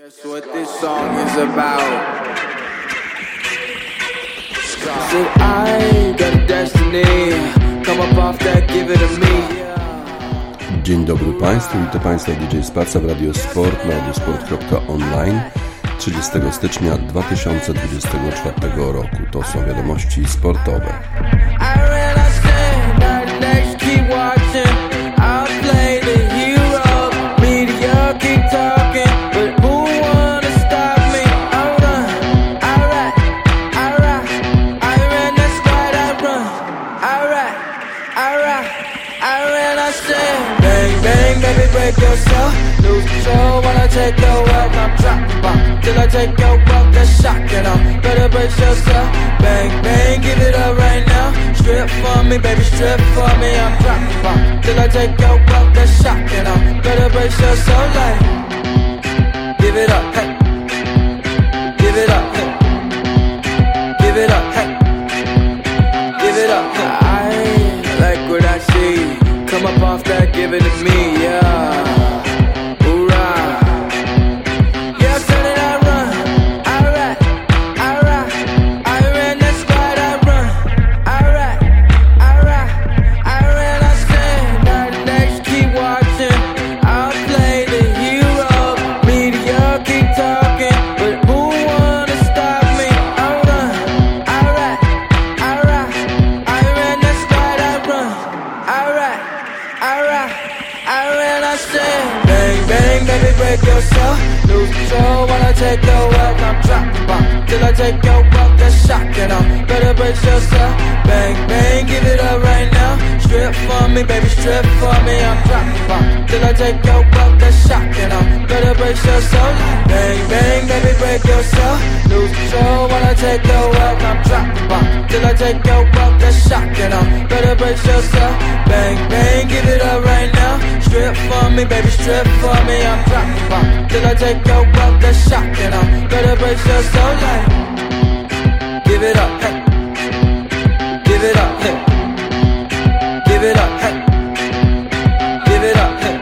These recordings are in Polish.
That's what this song is about. Said I got a destiny. Come up off that, give it to me. Dzień dobry Państwu, witam Państwa DJ Spaca w Radio Sport na radiosport.online 30 stycznia 2024 roku. To są wiadomości sportowe. Break yourself, lose control when I take your wealth. I'm dropping bomb till I take your wealth. That's shocking. Better brace yourself. Bang bang, give it up right now. Strip for me, baby, strip for me. I'm dropping bomb till I take your wealth. That's shocking. Better brace yourself, like give it up, hey. Give it up, hey. Give it up, hey. Give it up, hey. I like what I see. Come up off that, give it to me, yeah. Hoorah. Yeah, turn it, I run. I ran that squad, I run. I ran, I stand. Not next, keep watching. I'll play the hero. Media keep talking, but who wanna stop me? I run. I ran that squad, I run. I ran, I stand. Bang, bang, baby, break yourself. Lose control when I take your wealth. I'm dropping bomb till I take your wealth. That's shocking. Better brace yourself. Bang, bang, give it up right now. Strip for me, baby, strip for me. I'm dropping bomb till I take your wealth. That's shocking. Better brace yourself. Bang, bang, baby, break yourself. Lose control when I take your wealth. I'm dropping bomb till I take your wealth. That's shocking. Better brace yourself. Bang, bang, give it up right now. Strip for me, baby, strip for me. I'm dropping bomb till I take your wealth. That's shocking. Better brace yourself, like give it up, hey. Give it up, hey. Give it up, hey. Give it up, hey.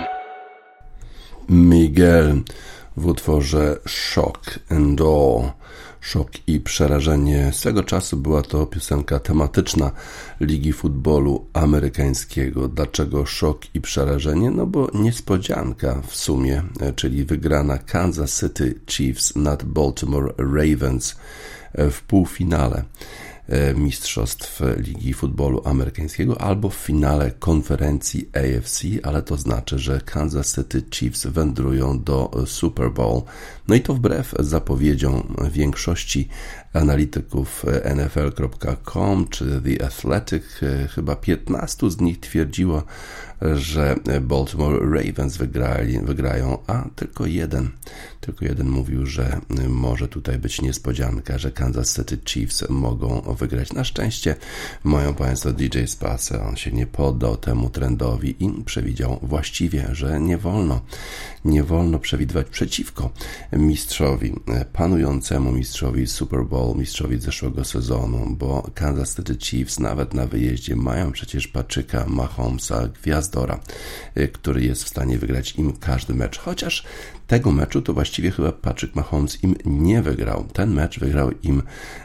Miguel w utworze Shock and Awe. Szok i przerażenie. Swego czasu była to piosenka tematyczna Ligi Futbolu Amerykańskiego. Dlaczego szok i przerażenie? No bo niespodzianka w sumie, czyli wygrana Kansas City Chiefs nad Baltimore Ravens w półfinale mistrzostw Ligi Futbolu Amerykańskiego albo w finale konferencji AFC, ale to znaczy, że Kansas City Chiefs wędrują do Super Bowl. No i to wbrew zapowiedziom większości analityków NFL.com czy The Athletic. Chyba 15 z nich twierdziło, że Baltimore Ravens wygrają, a tylko jeden mówił, że może tutaj być niespodzianka, że Kansas City Chiefs mogą wygrać. Na szczęście mają Państwo DJ Space, on się nie poddał temu trendowi i przewidział właściwie, że nie wolno przewidywać przeciwko mistrzowi, panującemu mistrzowi Super Bowl, mistrzowi zeszłego sezonu, bo Kansas City Chiefs nawet na wyjeździe mają przecież Patricka Mahomesa, gwiazdora, który jest w stanie wygrać im każdy mecz, chociaż tego meczu to właściwie chyba Patrick Mahomes im nie wygrał. Ten mecz wygrał im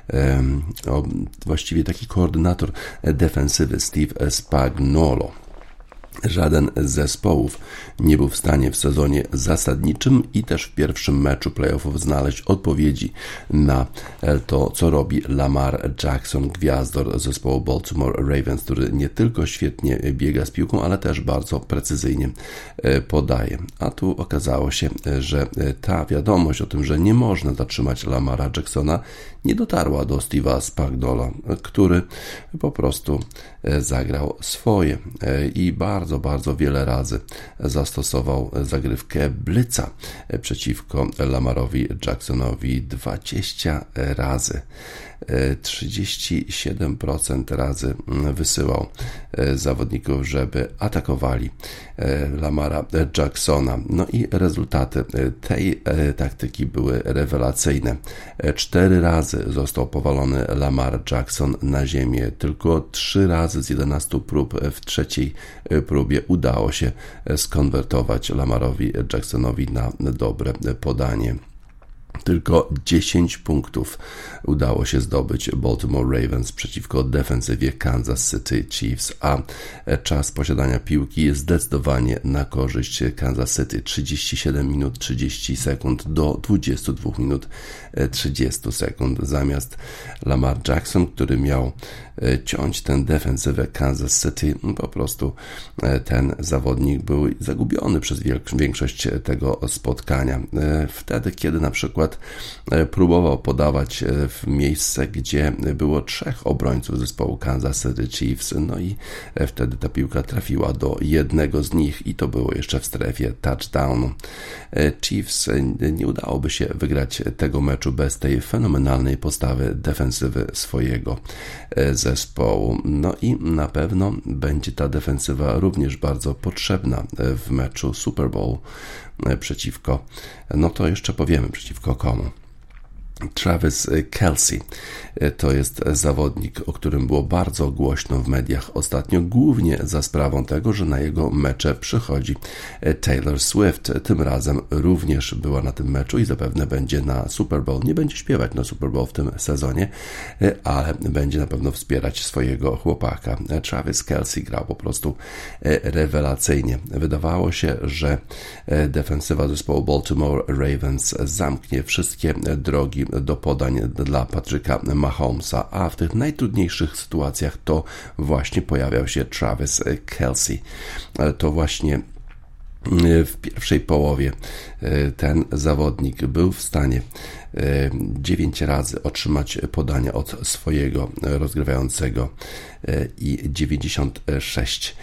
właściwie taki koordynator defensywy Steve Spagnuolo. Żaden z zespołów nie był w stanie w sezonie zasadniczym i też w pierwszym meczu playoffów znaleźć odpowiedzi na to, co robi Lamar Jackson, gwiazdor zespołu Baltimore Ravens, który nie tylko świetnie biega z piłką, ale też bardzo precyzyjnie podaje. A tu okazało się, że ta wiadomość o tym, że nie można zatrzymać Lamara Jacksona, nie dotarła do Steve'a Spagnuolo, który po prostu zagrał swoje i bardzo wiele razy zastosował zagrywkę blitza przeciwko Lamarowi Jacksonowi. 20 razy. 37% razy wysyłał zawodników, żeby atakowali Lamara Jacksona. No i rezultaty tej taktyki były rewelacyjne. 4 razy został powalony Lamar Jackson na ziemię. Tylko 3 razy z 11 prób w trzeciej próbie udało się skonwertować Lamarowi Jacksonowi na dobre podanie. Tylko 10 punktów udało się zdobyć Baltimore Ravens przeciwko defensywie Kansas City Chiefs, a czas posiadania piłki jest zdecydowanie na korzyść Kansas City. 37 minut 30 sekund do 22 minut 30 sekund. Zamiast Lamar Jackson, który miał ciąć tę defensywę Kansas City, po prostu ten zawodnik był zagubiony przez większość tego spotkania. Wtedy, kiedy na przykład próbował podawać w miejsce, gdzie było 3 obrońców zespołu Kansas City Chiefs, no i wtedy ta piłka trafiła do jednego z nich i to było jeszcze w strefie touchdownu. Chiefs nie udałoby się wygrać tego meczu bez tej fenomenalnej postawy defensywy swojego zespołu. No i na pewno będzie ta defensywa również bardzo potrzebna w meczu Super Bowl przeciwko, no to jeszcze powiemy przeciwko komu. Travis Kelce to jest zawodnik, o którym było bardzo głośno w mediach ostatnio, głównie za sprawą tego, że na jego mecze przychodzi Taylor Swift. Tym razem również była na tym meczu i zapewne będzie na Super Bowl. Nie będzie śpiewać na Super Bowl w tym sezonie, ale będzie na pewno wspierać swojego chłopaka. Travis Kelce grał po prostu rewelacyjnie. Wydawało się, że defensywa zespołu Baltimore Ravens zamknie wszystkie drogi do podań dla Patricka Mahomesa, a w tych najtrudniejszych sytuacjach to właśnie pojawiał się Travis Kelce. To właśnie w pierwszej połowie ten zawodnik był w stanie 9 razy otrzymać podania od swojego rozgrywającego i 96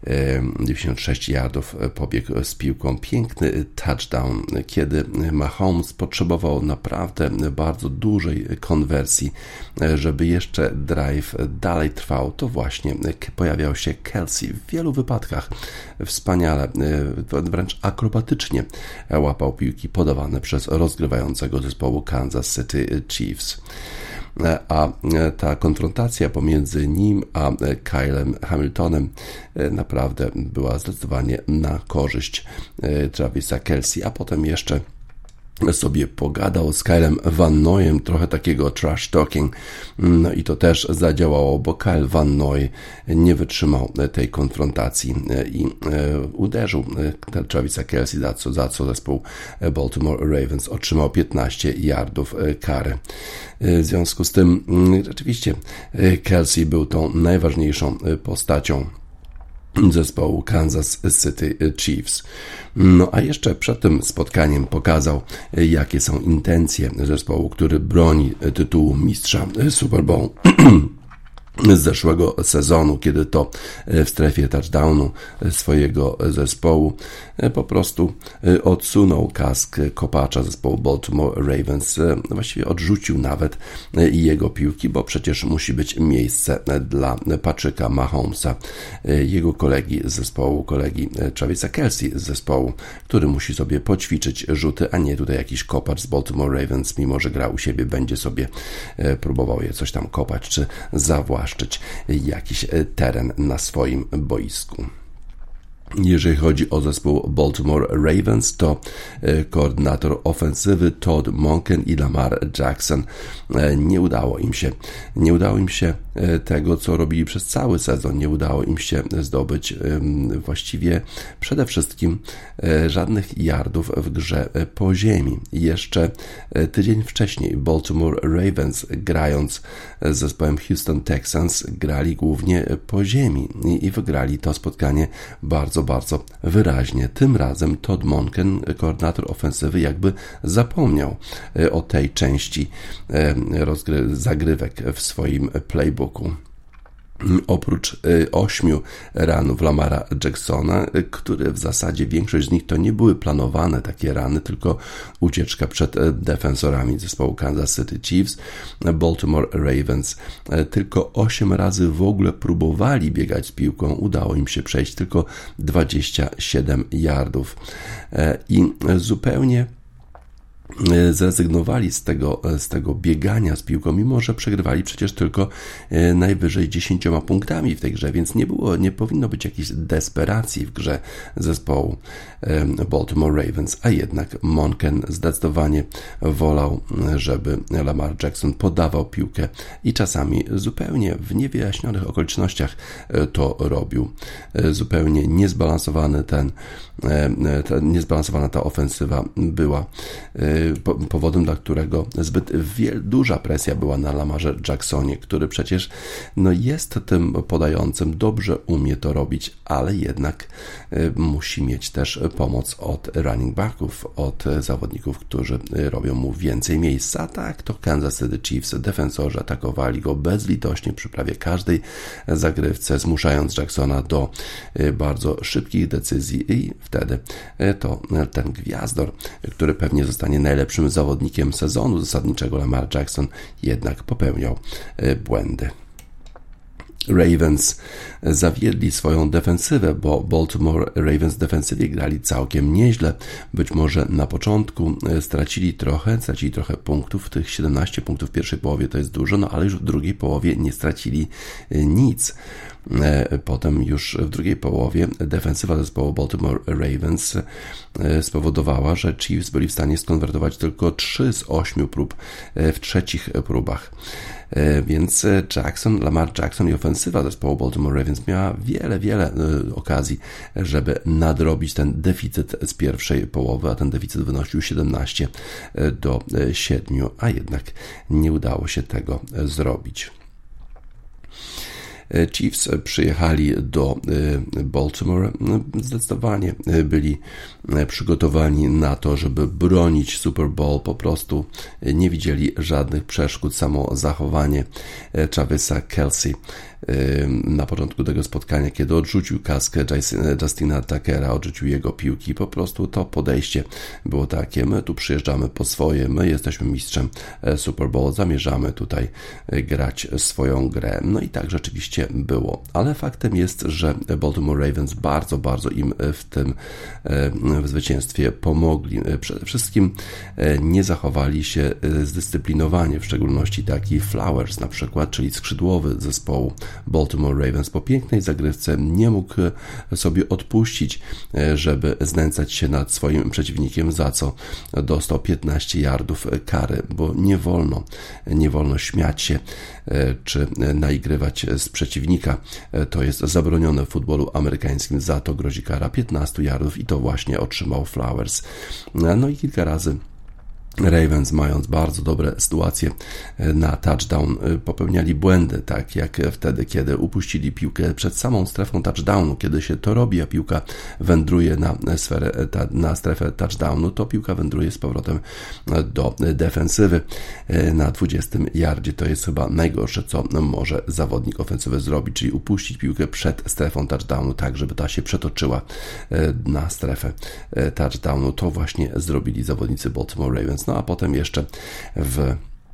yardów pobiegł z piłką. Piękny touchdown, kiedy Mahomes potrzebował naprawdę bardzo dużej konwersji, żeby jeszcze drive dalej trwał, to właśnie pojawiał się Kelce w wielu wypadkach wspaniale, wręcz akrobatycznie łapał piłki podawane przez rozgrywającego zespołu Kansas City Chiefs. A ta konfrontacja pomiędzy nim a Kylem Hamiltonem naprawdę była zdecydowanie na korzyść Travisa Kelce, a potem jeszcze sobie pogadał z Kylem Van Noyem, trochę takiego trash talking, no i to też zadziałało, bo Kyle Van Noy nie wytrzymał tej konfrontacji i uderzył Travisa Kelce, za co zespół Baltimore Ravens otrzymał 15 yardów kary. W związku z tym rzeczywiście Kelce był tą najważniejszą postacią zespołu Kansas City Chiefs. No a jeszcze przed tym spotkaniem pokazał, jakie są intencje zespołu, który broni tytułu mistrza Super Bowl z zeszłego sezonu, kiedy to w strefie touchdownu swojego zespołu po prostu odsunął kask kopacza zespołu Baltimore Ravens, właściwie odrzucił nawet jego piłki, bo przecież musi być miejsce dla Patricka Mahomesa, jego kolegi z zespołu, kolegi Travisa Kelce z zespołu, który musi sobie poćwiczyć rzuty, a nie tutaj jakiś kopacz z Baltimore Ravens, mimo że gra u siebie, będzie sobie próbował je coś tam kopać, czy zawłaszczyć jakiś teren na swoim boisku. Jeżeli chodzi o zespół Baltimore Ravens, to koordynator ofensywy Todd Monken i Lamar Jackson nie udało im się tego, co robili przez cały sezon. Nie udało im się zdobyć właściwie przede wszystkim żadnych yardów w grze po ziemi. Jeszcze tydzień wcześniej Baltimore Ravens, grając z zespołem Houston Texans, grali głównie po ziemi i wygrali to spotkanie bardzo wyraźnie. Tym razem Todd Monken, koordynator ofensywy, jakby zapomniał o tej części zagrywek w swoim playbooku. Oprócz 8 ranów Lamara Jacksona, które w zasadzie większość z nich to nie były planowane takie rany, tylko ucieczka przed defensorami zespołu Kansas City Chiefs, Baltimore Ravens tylko 8 razy w ogóle próbowali biegać z piłką, udało im się przejść tylko 27 yardów i zupełnie zrezygnowali z tego biegania z piłką, mimo że przegrywali przecież tylko najwyżej 10 punktami w tej grze, więc nie powinno być jakiejś desperacji w grze zespołu Baltimore Ravens, a jednak Monken zdecydowanie wolał, żeby Lamar Jackson podawał piłkę i czasami zupełnie w niewyjaśnionych okolicznościach to robił. Zupełnie niezbalansowana ta ofensywa była powodem, dla którego zbyt duża presja była na Lamarze Jacksonie, który przecież jest tym podającym, dobrze umie to robić, ale jednak musi mieć też pomoc od running backów, od zawodników, którzy robią mu więcej miejsca. Tak, to Kansas City Chiefs, defensorzy atakowali go bezlitośnie przy prawie każdej zagrywce, zmuszając Jacksona do bardzo szybkich decyzji i wtedy to ten gwiazdor, który pewnie zostanie najlepszym zawodnikiem sezonu zasadniczego, Lamar Jackson, jednak popełniał błędy. Ravens zawiedli swoją defensywę, bo Baltimore Ravens w defensywie grali całkiem nieźle. Być może na początku stracili trochę punktów. Tych 17 punktów w pierwszej połowie to jest dużo, ale już w drugiej połowie nie stracili nic. Potem już w drugiej połowie defensywa zespołu Baltimore Ravens spowodowała, że Chiefs byli w stanie skonwertować tylko 3 z 8 prób w trzecich próbach. Więc Lamar Jackson i ofensywa zespołu Baltimore Ravens miała wiele okazji, żeby nadrobić ten deficyt z pierwszej połowy, a ten deficyt wynosił 17-7, a jednak nie udało się tego zrobić. Chiefs przyjechali do Baltimore, zdecydowanie byli przygotowani na to, żeby bronić Super Bowl, po prostu nie widzieli żadnych przeszkód. Samo zachowanie Travisa Kelce na początku tego spotkania, kiedy odrzucił kaskę Justina Tuckera, odrzucił jego piłki, po prostu to podejście było takie: my tu przyjeżdżamy po swoje, my jesteśmy mistrzem Super Bowl, zamierzamy tutaj grać swoją grę. No i tak rzeczywiście było, ale faktem jest, że Baltimore Ravens bardzo im w tym zwycięstwie pomogli. Przede wszystkim nie zachowali się zdyscyplinowanie, w szczególności taki Flowers na przykład, czyli skrzydłowy zespołu Baltimore Ravens. Po pięknej zagrywce nie mógł sobie odpuścić, żeby znęcać się nad swoim przeciwnikiem, za co dostał 15 yardów kary, bo nie wolno śmiać się czy naigrywać z przeciwnika. To jest zabronione w futbolu amerykańskim, za to grozi kara 15 yardów i to właśnie otrzymał Flowers. No i kilka razy Ravens, mając bardzo dobre sytuacje na touchdown, popełniali błędy, tak jak wtedy, kiedy upuścili piłkę przed samą strefą touchdownu. Kiedy się to robi, a piłka wędruje na strefę touchdownu, to piłka wędruje z powrotem do defensywy na 20 yardzie. To jest chyba najgorsze, co może zawodnik ofensywy zrobić, czyli upuścić piłkę przed strefą touchdownu, tak żeby ta się przetoczyła na strefę touchdownu. To właśnie zrobili zawodnicy Baltimore Ravens. No a potem jeszcze w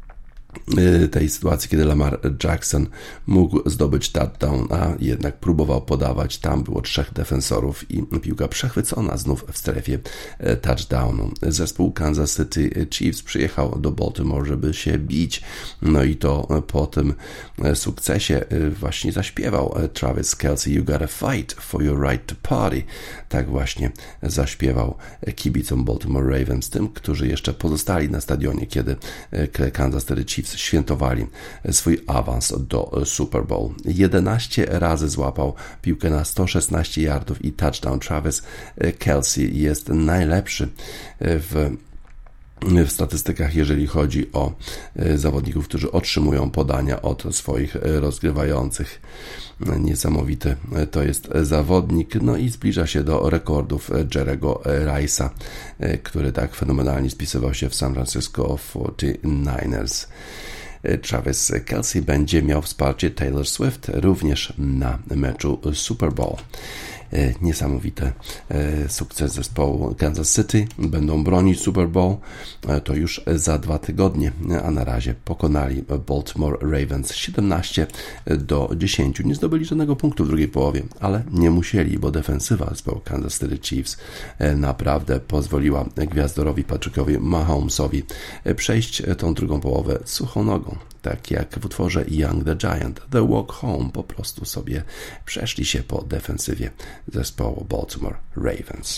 tej sytuacji, kiedy Lamar Jackson mógł zdobyć touchdown, a jednak próbował podawać, tam było 3 defensorów i piłka przechwycona znów w strefie touchdownu. Zespół Kansas City Chiefs przyjechał do Baltimore, żeby się bić, no i to po tym sukcesie właśnie zaśpiewał Travis Kelce: "You gotta fight for your right to party". Tak właśnie zaśpiewał kibicom Baltimore Ravens, tym, którzy jeszcze pozostali na stadionie, kiedy Kansas City Chiefs świętowali swój awans do Super Bowl. 11 razy złapał piłkę na 116 yardów i touchdown. Travis Kelce jest najlepszy w statystykach, jeżeli chodzi o zawodników, którzy otrzymują podania od swoich rozgrywających. Niesamowity to jest zawodnik, no i zbliża się do rekordów Jerry'ego Rice'a, który tak fenomenalnie spisywał się w San Francisco 49ers. Travis Kelce będzie miał wsparcie Taylor Swift również na meczu Super Bowl. Niesamowity sukces zespołu Kansas City. Będą bronić Super Bowl. To już za 2 tygodnie, a na razie pokonali Baltimore Ravens 17-10. Nie zdobyli żadnego punktu w drugiej połowie, ale nie musieli, bo defensywa zespołu Kansas City Chiefs naprawdę pozwoliła gwiazdorowi Patrickowi Mahomesowi przejść tą drugą połowę suchą nogą. Tak jak w utworze Young the Giant, The Walk Home, po prostu sobie przeszli się po defensywie zespołu Baltimore Ravens.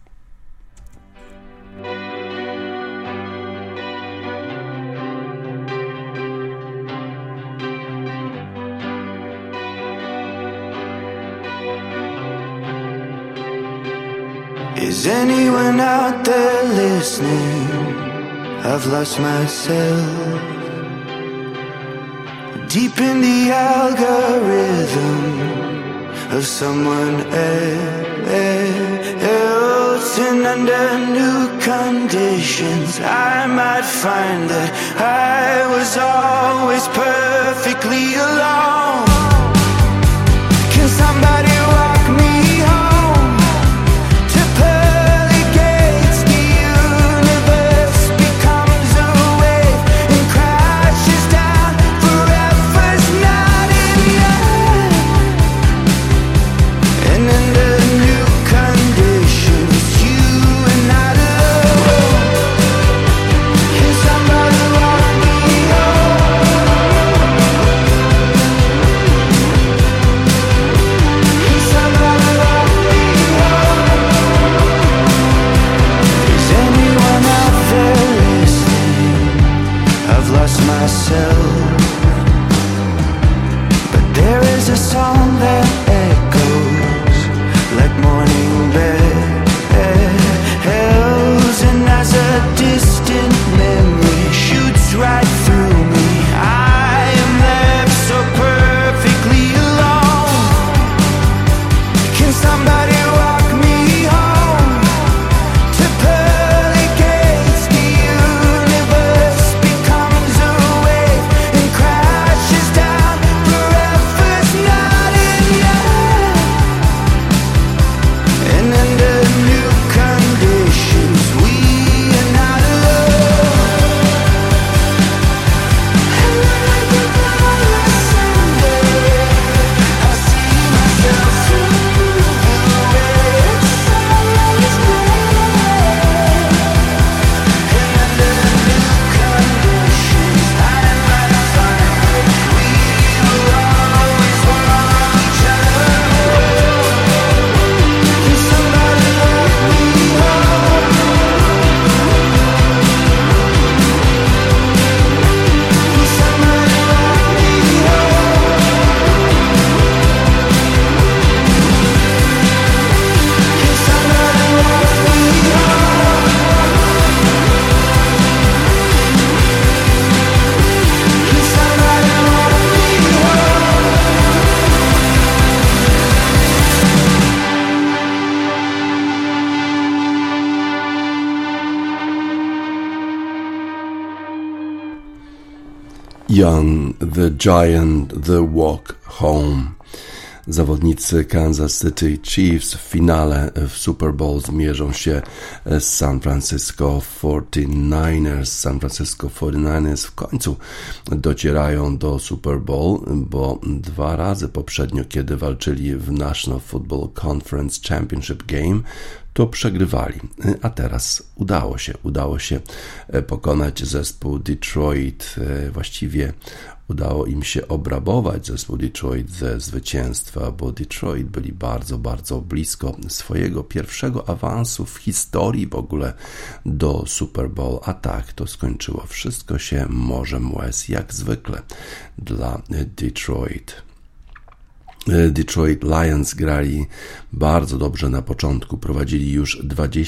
Is anyone out there listening? I've lost myself deep in the algorithm of someone else, and under new conditions I might find that I was always perfectly alone. Can somebody walk me home to pearly gates? The universe becomes a wave and crashes down. Forever's not enough, and under new conditions you and I alone. Can somebody walk me home? Can somebody walk me home? Is anyone out there listening? I've lost myself, but there is a song that echoes like morning bells, and as a distant memory shoots right through me, I am left so perfectly alone. Can somebody walk me home to pearly gates? The universe becomes a wave and crashes down. Forever's not enough, and under new conditions we are not alone. And when I get by Sunday, I see myself through the red sun's gray. And under new conditions I might find that we will always want each other. Can somebody walk me home? Can somebody walk me home? Can somebody walk me home? Can somebody walk me Young the Giant, The Walk Home. Zawodnicy Kansas City Chiefs w finale w Super Bowl zmierzą się z San Francisco 49ers. San Francisco 49ers w końcu docierają do Super Bowl, bo 2 razy poprzednio, kiedy walczyli w National Football Conference Championship Game, to przegrywali, a teraz udało się pokonać zespół Detroit. Właściwie udało im się obrabować zespół Detroit ze zwycięstwa, bo Detroit byli bardzo, bardzo blisko swojego pierwszego awansu w historii w ogóle do Super Bowl, a tak to skończyło wszystko się morzem łez, jak zwykle dla Detroit. Detroit Lions grali bardzo dobrze na początku, prowadzili już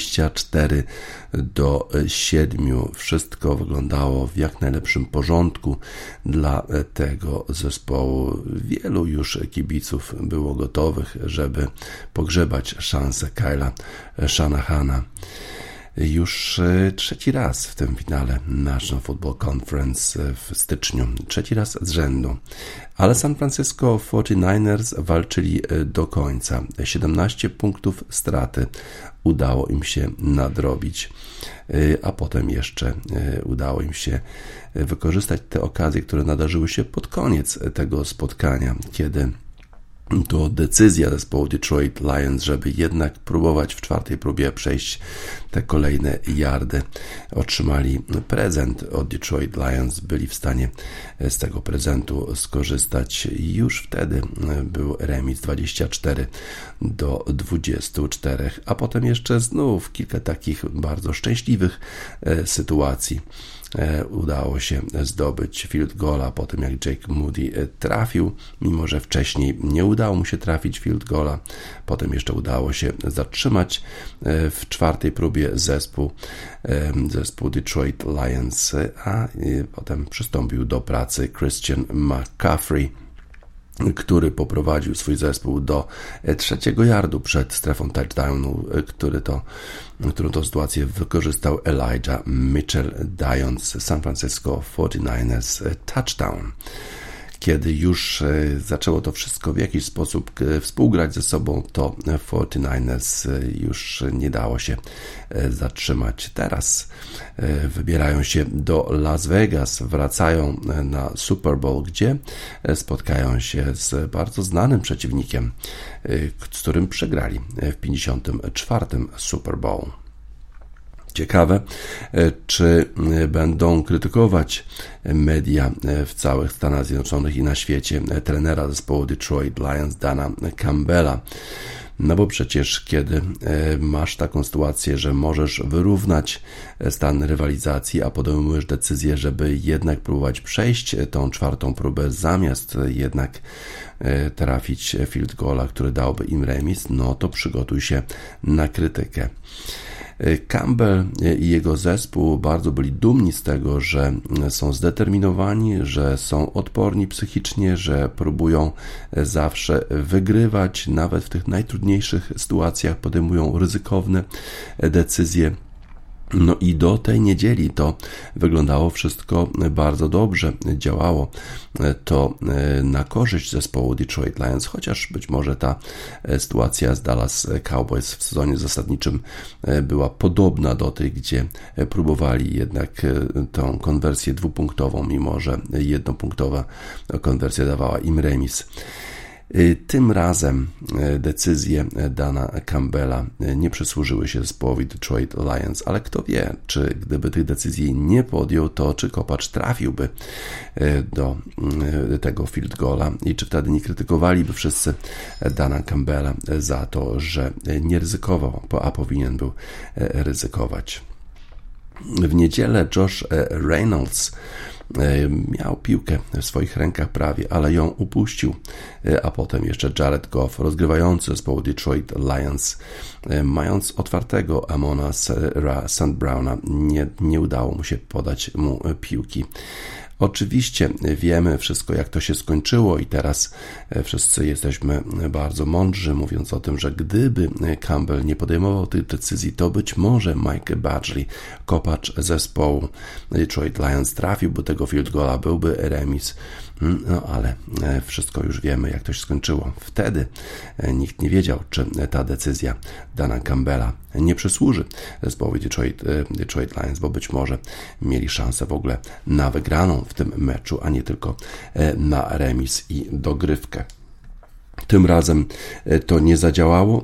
24-7. Wszystko wyglądało w jak najlepszym porządku dla tego zespołu. Wielu już kibiców było gotowych, żeby pogrzebać szansę Kyla Shanahana. już trzeci raz w tym finale National Football Conference w styczniu. Trzeci raz z rzędu. Ale San Francisco 49ers walczyli do końca. 17 punktów straty udało im się nadrobić, a potem jeszcze udało im się wykorzystać te okazje, które nadarzyły się pod koniec tego spotkania, kiedy to decyzja zespołu Detroit Lions, żeby jednak próbować w czwartej próbie przejść te kolejne yardy. Otrzymali prezent od Detroit Lions, byli w stanie z tego prezentu skorzystać i już wtedy był remis 24-24, a potem jeszcze znów kilka takich bardzo szczęśliwych sytuacji. Udało się zdobyć field goala po tym, jak Jake Moody trafił, mimo że wcześniej nie udało mu się trafić field goala. Potem jeszcze udało się zatrzymać w czwartej próbie zespół Detroit Lions, a potem przystąpił do pracy Christian McCaffrey, który poprowadził swój zespół do trzeciego yardu przed strefą touchdownu, którą to sytuację wykorzystał Elijah Mitchell, dając San Francisco 49ers touchdown. Kiedy już zaczęło to wszystko w jakiś sposób współgrać ze sobą, to 49ers już nie dało się zatrzymać. Teraz wybierają się do Las Vegas, wracają na Super Bowl, gdzie spotkają się z bardzo znanym przeciwnikiem, z którym przegrali w 54. Super Bowl. Ciekawe, czy będą krytykować media w całych Stanach Zjednoczonych i na świecie trenera zespołu Detroit Lions Dana Campbella. No bo przecież kiedy masz taką sytuację, że możesz wyrównać stan rywalizacji, a podejmujesz decyzję, żeby jednak próbować przejść tą czwartą próbę, zamiast jednak trafić field goala, który dałby im remis, no to przygotuj się na krytykę. Campbell i jego zespół bardzo byli dumni z tego, że są zdeterminowani, że są odporni psychicznie, że próbują zawsze wygrywać, nawet w tych najtrudniejszych sytuacjach podejmują ryzykowne decyzje. No i do tej niedzieli to wyglądało wszystko bardzo dobrze, działało to na korzyść zespołu Detroit Lions, chociaż być może ta sytuacja z Dallas Cowboys w sezonie zasadniczym była podobna do tej, gdzie próbowali jednak tą konwersję dwupunktową, mimo że jednopunktowa konwersja dawała im remis. Tym razem decyzje Dana Campbella nie przysłużyły się zespołowi Detroit Lions, ale kto wie, czy gdyby tych decyzji nie podjął, to czy kopacz trafiłby do tego field goala i czy wtedy nie krytykowaliby wszyscy Dana Campbella za to, że nie ryzykował, a powinien był ryzykować. W niedzielę Josh Reynolds miał piłkę w swoich rękach prawie, ale ją upuścił, a potem jeszcze Jared Goff, rozgrywający zespołu Detroit Lions, mając otwartego Amona St. Browna, nie udało mu się podać mu piłki. Oczywiście wiemy wszystko, jak to się skończyło i teraz wszyscy jesteśmy bardzo mądrzy, mówiąc o tym, że gdyby Campbell nie podejmował tych decyzji, to być może Mike Badgley, kopacz zespołu Detroit Lions, trafiłby tego field goala, byłby remis. No ale wszystko już wiemy, jak to się skończyło. Wtedy nikt nie wiedział, czy ta decyzja Dana Campbella nie przysłuży zespołowi Detroit Lions, bo być może mieli szansę w ogóle na wygraną w tym meczu, a nie tylko na remis i dogrywkę. Tym razem to nie zadziałało,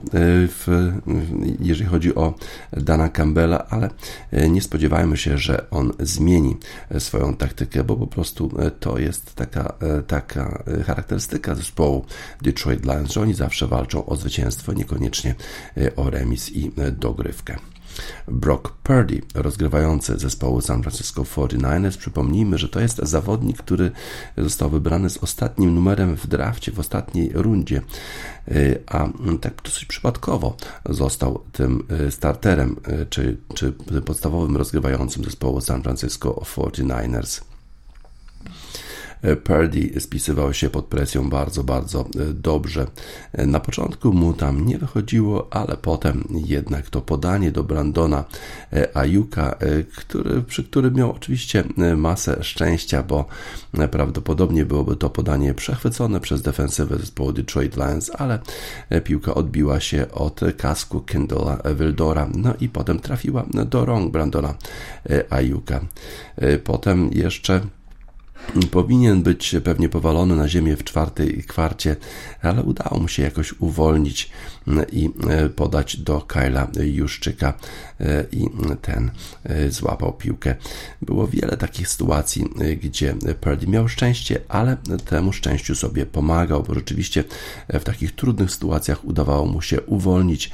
jeżeli chodzi o Dana Campbella, ale nie spodziewajmy się, że on zmieni swoją taktykę, bo po prostu to jest taka charakterystyka zespołu Detroit Lions, że oni zawsze walczą o zwycięstwo, niekoniecznie o remis i dogrywkę. Brock Purdy, rozgrywający zespołu San Francisco 49ers. Przypomnijmy, że to jest zawodnik, który został wybrany z ostatnim numerem w drafcie, w ostatniej rundzie, a tak dosyć przypadkowo został tym starterem, czy tym podstawowym rozgrywającym zespołu San Francisco 49ers. Purdy spisywał się pod presją bardzo, bardzo dobrze. Na początku mu tam nie wychodziło, ale potem jednak to podanie do Brandona Ayuka, przy którym miał oczywiście masę szczęścia, bo prawdopodobnie byłoby to podanie przechwycone przez defensywę zespołu Detroit Lions, ale piłka odbiła się od kasku Kendalla Vildora, no i potem trafiła do rąk Brandona Ayuka. Potem jeszcze powinien być pewnie powalony na ziemię w czwartej kwarcie, ale udało mu się jakoś uwolnić i podać do Kyla Juszczyka i ten złapał piłkę. Było wiele takich sytuacji, gdzie Purdy miał szczęście, ale temu szczęściu sobie pomagał, bo rzeczywiście w takich trudnych sytuacjach udawało mu się uwolnić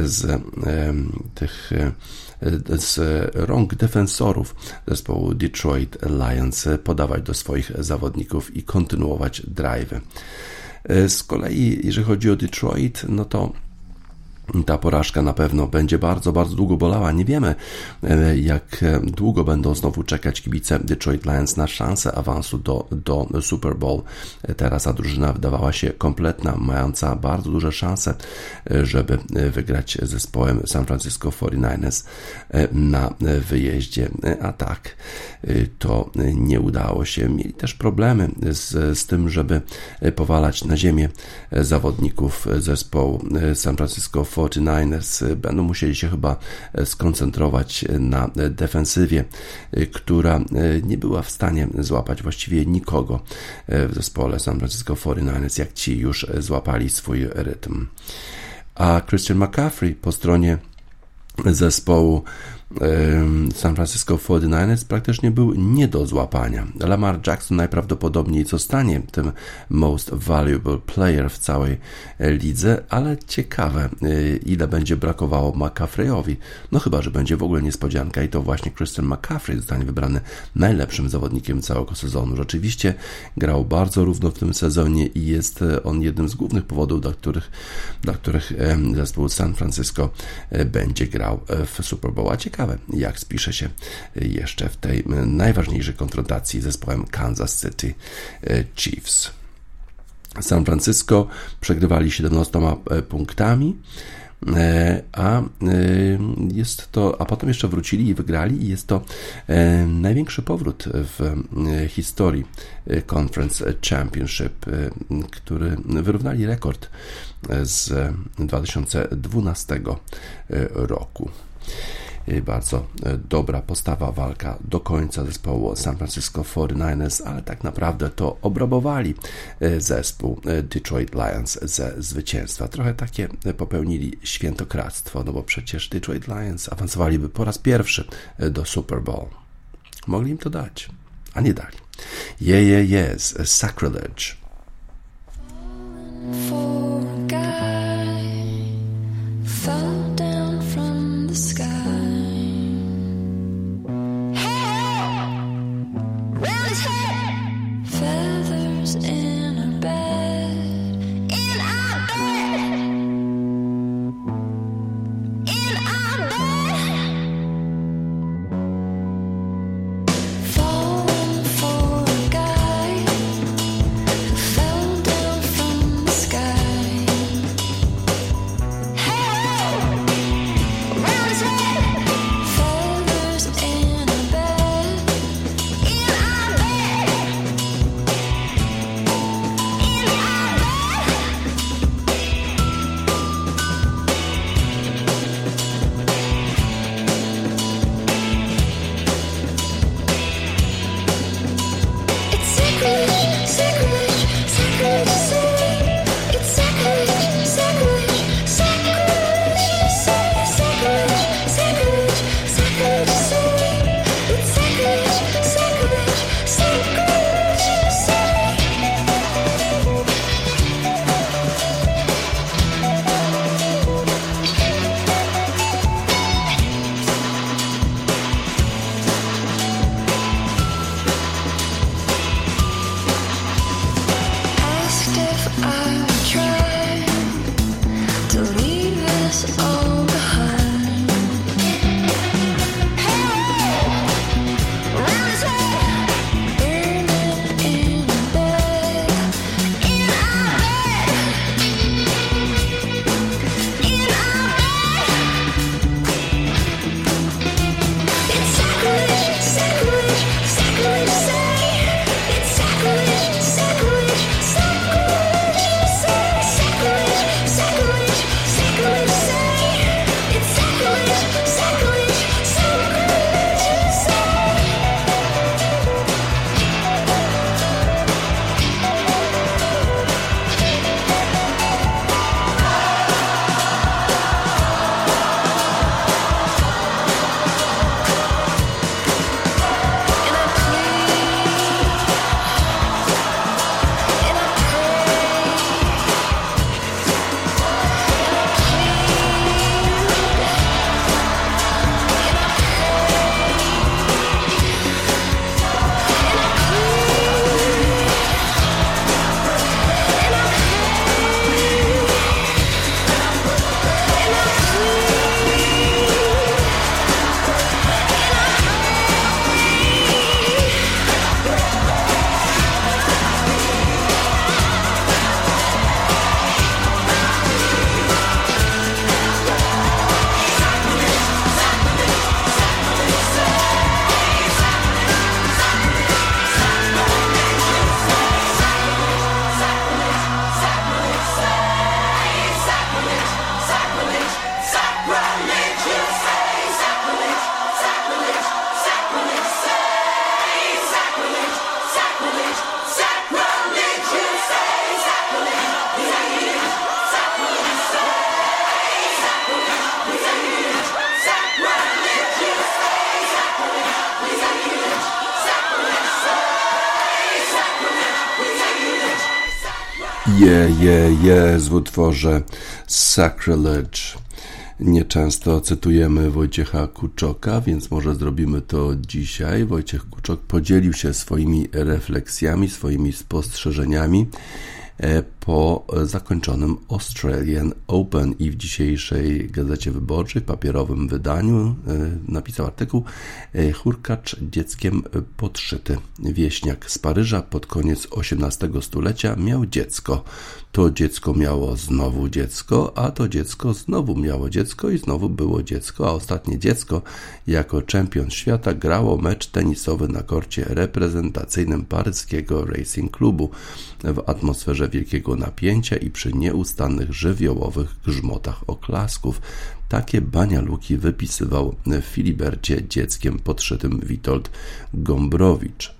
z rąk defensorów zespołu Detroit Lions, podawać do swoich zawodników i kontynuować drive'y. Z kolei, jeżeli chodzi o Detroit, no to ta porażka na pewno będzie bardzo, bardzo długo bolała. Nie wiemy, jak długo będą znowu czekać kibice Detroit Lions na szansę awansu do Super Bowl. Teraz ta drużyna wydawała się kompletna, mająca bardzo duże szanse, żeby wygrać z zespołem San Francisco 49ers na wyjeździe. A tak, to nie udało się. Mieli też problemy z tym, żeby powalać na ziemię zawodników zespołu San Francisco 49ers. Będą musieli się chyba skoncentrować na defensywie, która nie była w stanie złapać właściwie nikogo w zespole San Francisco 49ers, jak ci już złapali swój rytm. A Christian McCaffrey po stronie zespołu San Francisco 49ers praktycznie był nie do złapania. Lamar Jackson najprawdopodobniej zostanie tym most valuable player w całej lidze, ale ciekawe, ile będzie brakowało McCaffreyowi. No chyba, że będzie w ogóle niespodzianka i to właśnie Christian McCaffrey zostanie wybrany najlepszym zawodnikiem całego sezonu. Rzeczywiście grał bardzo równo w tym sezonie i jest on jednym z głównych powodów, dla których zespół San Francisco będzie grał w Super Bowl. A ciekawe, jak spisze się jeszcze w tej najważniejszej konfrontacji z zespołem Kansas City Chiefs. San Francisco przegrywali 17 punktami, a potem jeszcze wrócili i wygrali i jest to największy powrót w historii Conference Championship, który wyrównali rekord z 2012 roku. Bardzo dobra postawa, walka do końca zespołu San Francisco 49ers, ale tak naprawdę to obrabowali zespół Detroit Lions ze zwycięstwa. Trochę takie popełnili świętokradztwo, no bo przecież Detroit Lions awansowaliby po raz pierwszy do Super Bowl. Mogli im to dać, a nie dali. Yes, sacrilege. Sky W utworze Sacrilege. Nieczęsto cytujemy Wojciecha Kuczoka, więc może zrobimy to dzisiaj. Wojciech Kuczok podzielił się swoimi refleksjami, swoimi spostrzeżeniami po zakończonym Australian Open i w dzisiejszej Gazecie Wyborczej, w papierowym wydaniu, napisał artykuł Hurkacz dzieckiem podszyty. Wieśniak z Paryża pod koniec XVIII stulecia miał dziecko. To dziecko miało znowu dziecko, a to dziecko znowu miało dziecko i znowu było dziecko, a ostatnie dziecko jako czempion świata grało mecz tenisowy na korcie reprezentacyjnym paryskiego Racing Clubu w atmosferze wielkiego napięcia i przy nieustannych żywiołowych grzmotach oklasków. Takie banialuki wypisywał w Filibercie dzieckiem podszytym Witold Gombrowicz.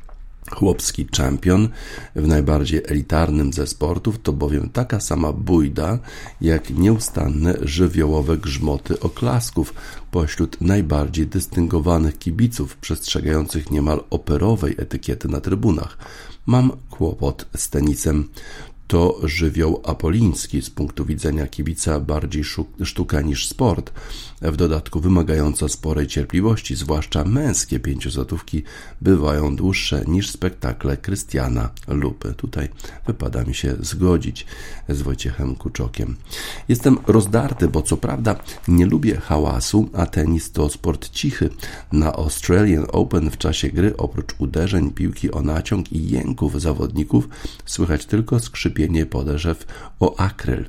Chłopski czempion w najbardziej elitarnym ze sportów to bowiem taka sama bójda, jak nieustanne żywiołowe grzmoty oklasków pośród najbardziej dystyngowanych kibiców przestrzegających niemal operowej etykiety na trybunach. Mam kłopot z tenisem. To żywioł apoliński, z punktu widzenia kibica bardziej sztuka niż sport, w dodatku wymagająca sporej cierpliwości, zwłaszcza męskie 500 bywają dłuższe niż spektakle Krystiana Lupy. Tutaj wypada mi się zgodzić z Wojciechem Kuczokiem. Jestem rozdarty, bo co prawda nie lubię hałasu, a tenis to sport cichy. Na Australian Open w czasie gry oprócz uderzeń piłki o naciąg i jęków zawodników słychać tylko skrzypienie podeszw o akryl.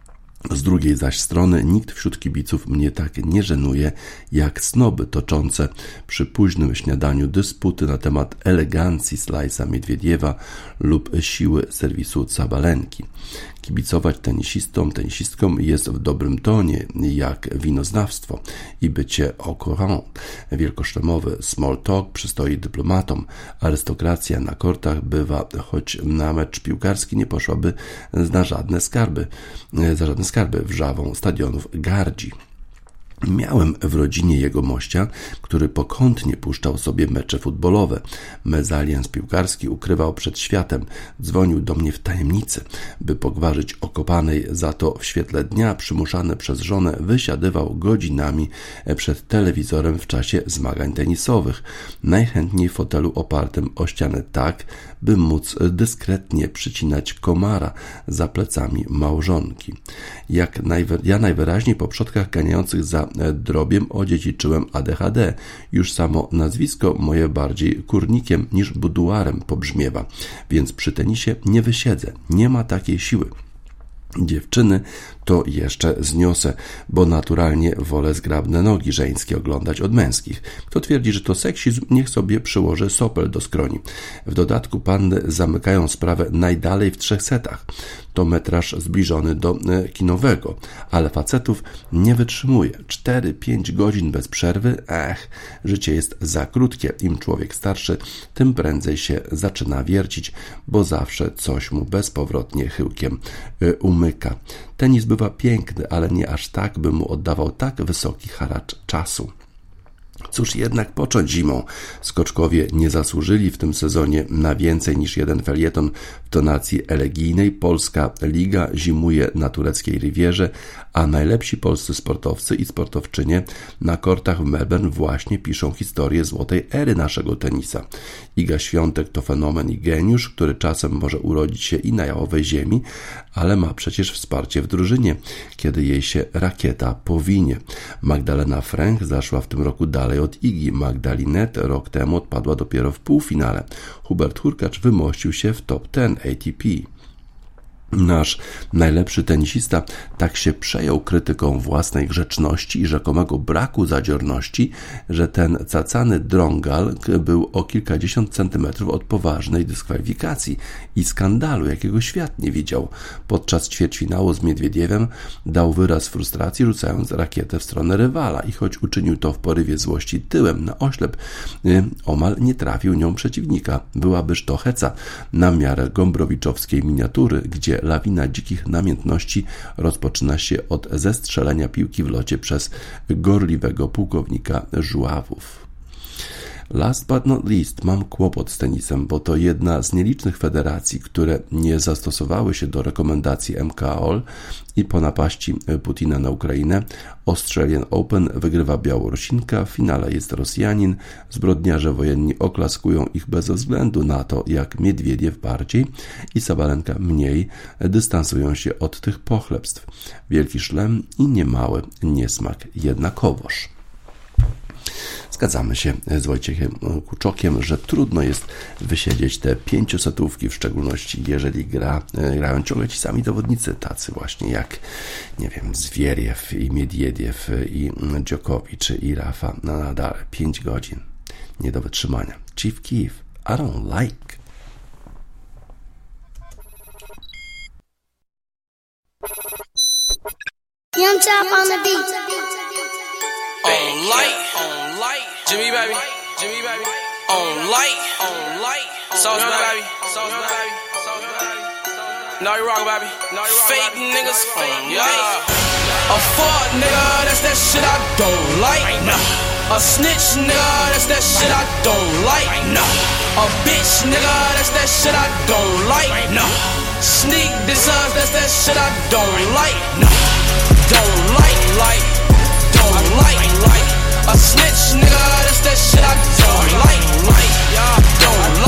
Z drugiej zaś strony nikt wśród kibiców mnie tak nie żenuje jak snoby toczące przy późnym śniadaniu dysputy na temat elegancji Slajsa Miedwiediewa lub siły serwisu Cabalenki. Kibicować tenisistkom jest w dobrym tonie, jak winoznawstwo i bycie au courant. Wielkoszlemowy small talk przystoi dyplomatom. Arystokracja na kortach bywa, choć na mecz piłkarski nie poszłaby za żadne skarby wrzawą stadionów gardzi. Miałem w rodzinie jegomościa, który pokątnie puszczał sobie mecze futbolowe. Mezalians piłkarski ukrywał przed światem. Dzwonił do mnie w tajemnicy, by pogwarzyć okopanej, za to w świetle dnia przymuszany przez żonę wysiadywał godzinami przed telewizorem w czasie zmagań tenisowych. Najchętniej w fotelu opartym o ścianę tak, by móc dyskretnie przycinać komara za plecami małżonki. Ja najwyraźniej po przodkach ganiających za drobiem odziedziczyłem ADHD. Już samo nazwisko moje bardziej kurnikiem niż buduarem pobrzmiewa, więc przy tenisie nie wysiedzę. Nie ma takiej siły. Dziewczyny to jeszcze zniosę, bo naturalnie wolę zgrabne nogi żeńskie oglądać od męskich. Kto twierdzi, że to seksizm, niech sobie przyłoży sopel do skroni. W dodatku panny zamykają sprawę najdalej w 3 setach. To metraż zbliżony do kinowego, ale facetów nie wytrzymuje. 4-5 godzin bez przerwy? Życie jest za krótkie. Im człowiek starszy, tym prędzej się zaczyna wiercić, bo zawsze coś mu bezpowrotnie chyłkiem umyka. Tenis bywa piękny, ale nie aż tak, by mu oddawał tak wysoki haracz czasu. Cóż jednak począć zimą? Skoczkowie nie zasłużyli w tym sezonie na więcej niż jeden felieton w tonacji elegijnej. Polska Liga zimuje na tureckiej Rivierze, a najlepsi polscy sportowcy i sportowczynie na kortach w Melbourne właśnie piszą historię złotej ery naszego tenisa. Iga Świątek to fenomen i geniusz, który czasem może urodzić się i na jałowej ziemi, ale ma przecież wsparcie w drużynie, kiedy jej się rakieta powinie. Magdalena Fręch zaszła w tym roku dalej od Igi. Magdalinet rok temu odpadła dopiero w półfinale. Hubert Hurkacz wymościł się w top 10 ATP. Nasz najlepszy tenisista tak się przejął krytyką własnej grzeczności i rzekomego braku zadziorności, że ten cacany drągal był o kilkadziesiąt centymetrów od poważnej dyskwalifikacji i skandalu, jakiego świat nie widział. Podczas ćwierćfinału z Miedwiediewem dał wyraz frustracji, rzucając rakietę w stronę rywala i choć uczynił to w porywie złości tyłem na oślep, omal nie trafił nią przeciwnika. Byłabyż to heca na miarę gombrowiczowskiej miniatury, gdzie lawina dzikich namiętności rozpoczyna się od zestrzelenia piłki w locie przez gorliwego pułkownika Żuławów. Last but not least, mam kłopot z tenisem, bo to jedna z nielicznych federacji, które nie zastosowały się do rekomendacji MKOL i po napaści Putina na Ukrainę Australian Open wygrywa Białorusinka, w finale jest Rosjanin, zbrodniarze wojenni oklaskują ich bez względu na to, jak Miedwiediew bardziej i Sabalenka mniej dystansują się od tych pochlebstw. Wielki szlem i niemały niesmak jednakowoż. Zgadzamy się z Wojciechem Kuczokiem, że trudno jest wysiedzieć te 500-ówki, w szczególności jeżeli grają ciągle ci sami zawodnicy, tacy właśnie jak, nie wiem, Zwieriew i Miedwiediew i Djokovic i Rafa Nadal. 5 godzin. Nie do wytrzymania. Chief Keef, I don't like. Young Chop on the beat. On light, Jimmy baby, on light, sauce baby, no you rock baby, fake niggas, yeah. A fuck nigga, that's that shit I don't like. A snitch nigga, that's that shit I don't like. A bitch nigga, that's that shit I don't like. Sneak designs, that's that shit I don't like. Don't like. A snitch nigga, that's that shit I don't like. Don't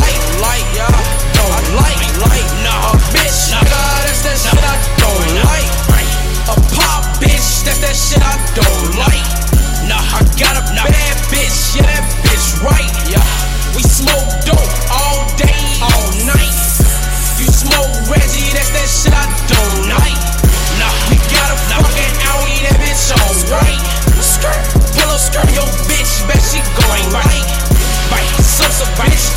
like. A bitch nigga, that's that shit I don't like. A pop bitch, that's that shit I don't like. I got a bad bitch, yeah that bitch right. We smoke dope all day, all night. You smoke Reggie, that's that shit I don't like. We got a fucking Audi, that bitch alright. Pillow skirt, yo bitch, bet she going right. Sosa bitch,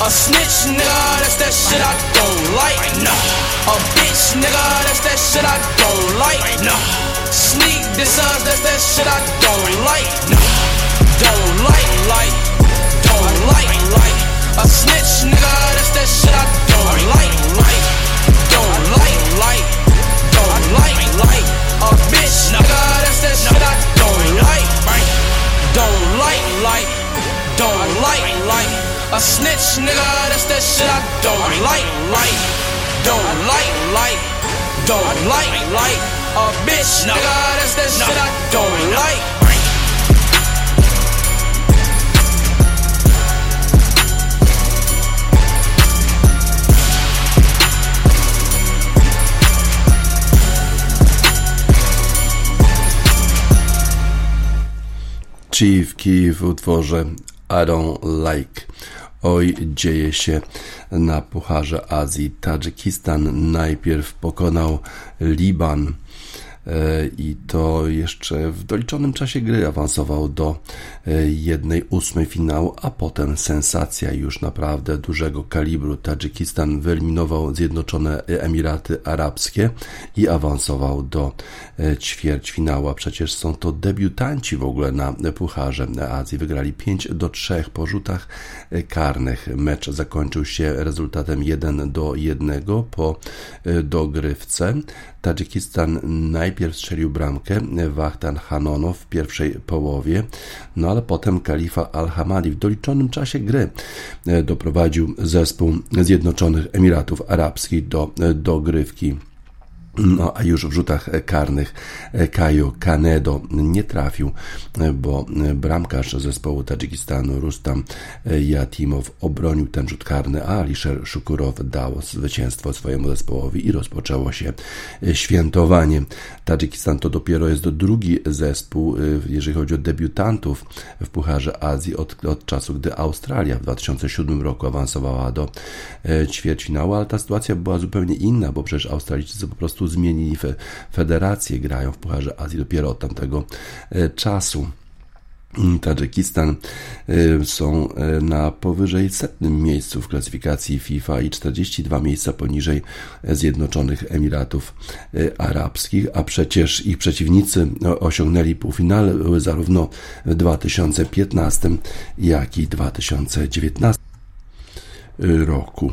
A snitch, nigga, that's that shit I don't like. A bitch, nigga, that's that shit I don't like. Sneak dissers, that's that shit I don't like. Don't like. A snitch, nigga, that's that shit I don't like. Don't like. A bitch, nigga, that's that shit I don't like. Don't like. A snitch, nigga, that's that shit I don't like. Don't like. A bitch, nigga, that's that shit I don't like. Chief Keef w utworze I Don't Like. Oj, dzieje się na Pucharze Azji. Tadżykistan najpierw pokonał Liban i to jeszcze w doliczonym czasie gry awansował do 1/8 finału, a potem sensacja już naprawdę dużego kalibru. Tadżykistan wyeliminował Zjednoczone Emiraty Arabskie i awansował do ćwierćfinału, a przecież są to debiutanci w ogóle na Pucharze Azji. Wygrali 5-3 po rzutach karnych. Mecz zakończył się rezultatem 1-1 po dogrywce. Tadżykistan najpierw strzelił bramkę, Wahdan Hanonow w pierwszej połowie, no ale potem Khalifa Al-Hamadi w doliczonym czasie gry doprowadził zespół Zjednoczonych Emiratów Arabskich do dogrywki. No a już w rzutach karnych Kajo Kanedo nie trafił, bo bramkarz zespołu Tadżykistanu Rustam Yatimow obronił ten rzut karny, a Alisher Shukurow dał zwycięstwo swojemu zespołowi i rozpoczęło się świętowanie. Tadżykistan to dopiero jest drugi zespół, jeżeli chodzi o debiutantów w Pucharze Azji od czasu, gdy Australia w 2007 roku awansowała do ćwierćfinału, ale ta sytuacja była zupełnie inna, bo przecież Australijczycy po prostu zmienili federację, grają w Pucharze Azji dopiero od tamtego czasu. Tadżykistan są na powyżej 100 miejscu w klasyfikacji FIFA i 42 miejsca poniżej Zjednoczonych Emiratów Arabskich, a przecież ich przeciwnicy osiągnęli półfinały zarówno w 2015, jak i 2019 roku.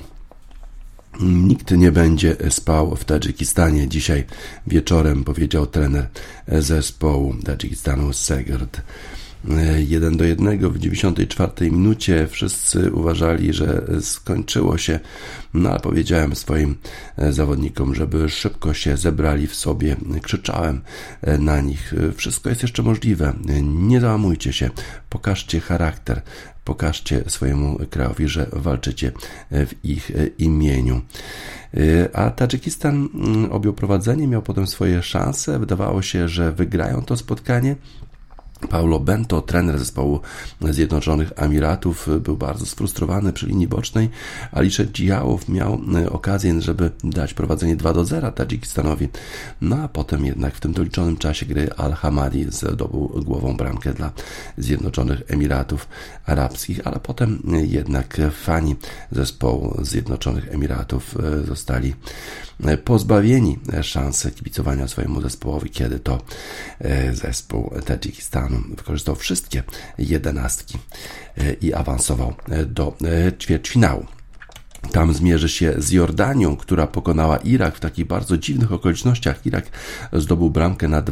Nikt nie będzie spał w Tadżykistanie dzisiaj wieczorem, powiedział trener zespołu Tadżykistanu Segert. 1-1 w 94 minucie. Wszyscy uważali, że skończyło się, no ale powiedziałem swoim zawodnikom, żeby szybko się zebrali w sobie. Krzyczałem na nich, wszystko jest jeszcze możliwe, nie załamujcie się, pokażcie charakter, pokażcie swojemu krajowi, że walczycie w ich imieniu. A Tadżykistan objął prowadzenie, miał potem swoje szanse, wydawało się, że wygrają to spotkanie. Paulo Bento, trener zespołu Zjednoczonych Emiratów, był bardzo sfrustrowany przy linii bocznej. Alisher Djiałow miał okazję, żeby dać prowadzenie 2-0 Tadżykistanowi. No a potem jednak w tym doliczonym czasie gry Al-Hamadi zdobył głową bramkę dla Zjednoczonych Emiratów Arabskich, ale potem jednak fani zespołu Zjednoczonych Emiratów zostali pozbawieni szansy kibicowania swojemu zespołowi, kiedy to zespół Tadżykistanu wykorzystał wszystkie 11 i awansował do ćwierćfinału. Tam zmierzy się z Jordanią, która pokonała Irak w takich bardzo dziwnych okolicznościach. Irak zdobył bramkę na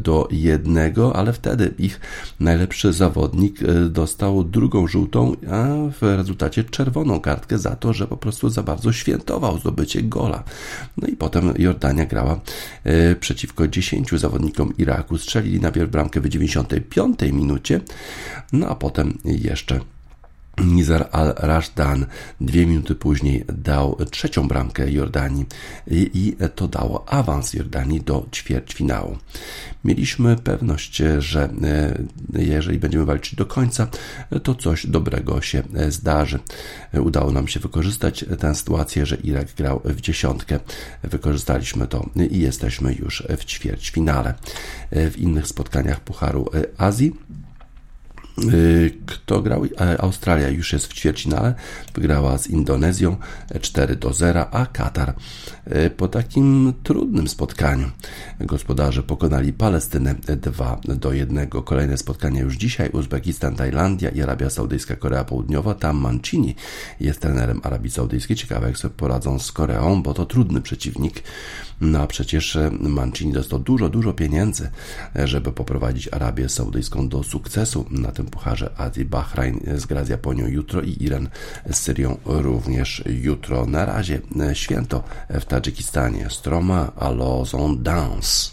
2-1, ale wtedy ich najlepszy zawodnik dostał drugą żółtą, a w rezultacie czerwoną kartkę za to, że po prostu za bardzo świętował zdobycie gola. No i potem Jordania grała przeciwko 10 zawodnikom Iraku. Strzelili najpierw bramkę w 95 minucie, no a potem jeszcze Nizar al-Rashdan 2 minuty później dał trzecią bramkę Jordanii i to dało awans Jordanii do ćwierćfinału. Mieliśmy pewność, że jeżeli będziemy walczyć do końca, to coś dobrego się zdarzy. Udało nam się wykorzystać tę sytuację, że Irak grał w dziesiątkę. Wykorzystaliśmy to i jesteśmy już w ćwierćfinale. W innych spotkaniach Pucharu Azji Kto grał? Australia już jest w ćwierćfinale, wygrała z Indonezją 4-0, a Katar po takim trudnym spotkaniu gospodarze pokonali Palestynę 2-1. Kolejne spotkania już dzisiaj: Uzbekistan, Tajlandia i Arabia Saudyjska, Korea Południowa. Tam Mancini jest trenerem Arabii Saudyjskiej. Ciekawe, jak sobie poradzą z Koreą, bo to trudny przeciwnik. No a przecież Mancini dostał dużo pieniędzy, żeby poprowadzić Arabię Saudyjską do sukcesu na tym pucharze Azji. Bahrajn zgra z Japonią jutro i Iran z Syrią również jutro. Na razie święto w Tadżykistanie. Stroma alors on danse.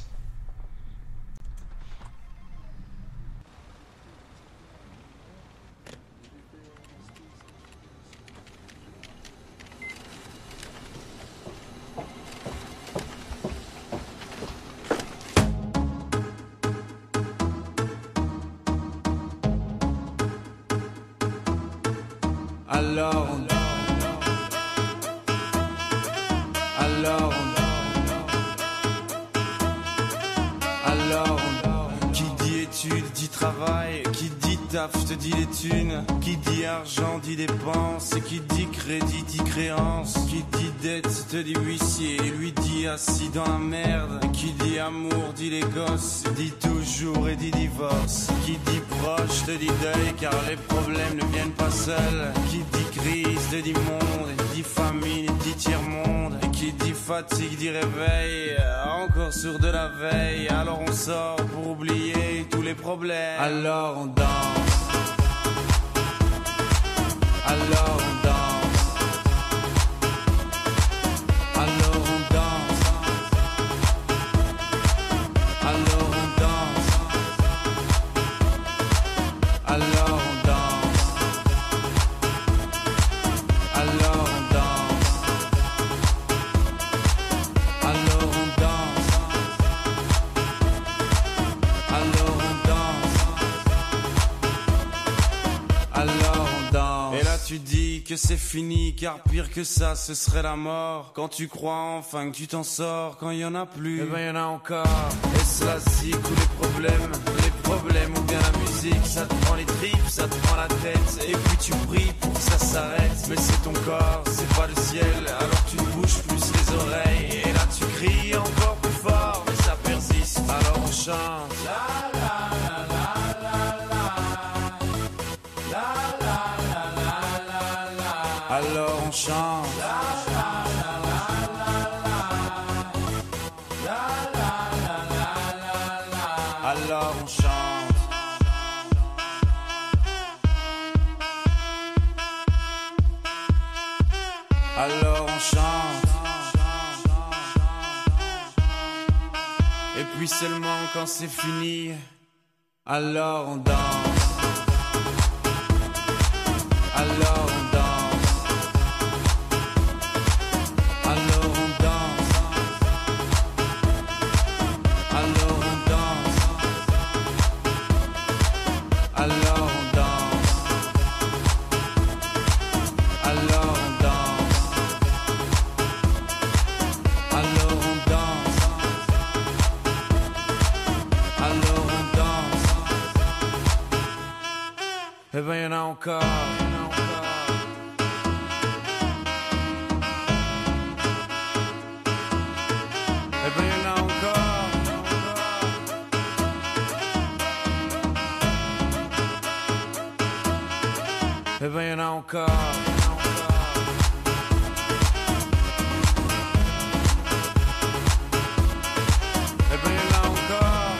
Qui dit études dit travail, qui dit taf te dit les thunes, qui dit argent dit dépense, qui dit crédit dit créance, qui dit dette te dit huissier, lui dit assis dans la merde, qui dit amour dit les gosses, dit toujours et dit divorce, qui dit proche te dit deuil car les problèmes ne viennent pas seuls, qui dit crise te dit monde, dit famine dit tiers-monde, qui dit fatigue dit réveil, encore sourd de la veille, alors on sort pour oublier tous les problèmes. Alors on danse, alors on danse, alors on danse, alors on danse, alors on danse, alors on danse, alors on danse, alors on danse, alors on danse. Et là tu dis que c'est fini car pire que ça ce serait la mort. Quand tu crois enfin que tu t'en sors, quand il y en a plus, eh ben y en a encore. Et cela zik ou les problèmes ou bien la musique, ça te prend les tripes, ça te prend la tête. Et puis tu pries pour que ça s'arrête, mais c'est ton corps, c'est pas le ciel. Alors tu te bouges plus les oreilles et là tu cries encore plus fort, mais ça persiste. Alors on chante. Alors on chante. Alors on chante. Alors on chante. Et puis seulement quand c'est fini, alors on danse. Alors on danse. Alors on danse. Alors on danse. Alors on danse. Alors on danse. Alors on danse. Alors on danse. Eh ben y'en a encore. Eh ben y'en a encore. Eh ben y'en a encore. Eh ben y'en a encore.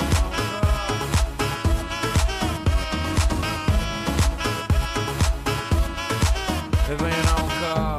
Eh ben y'en a encore.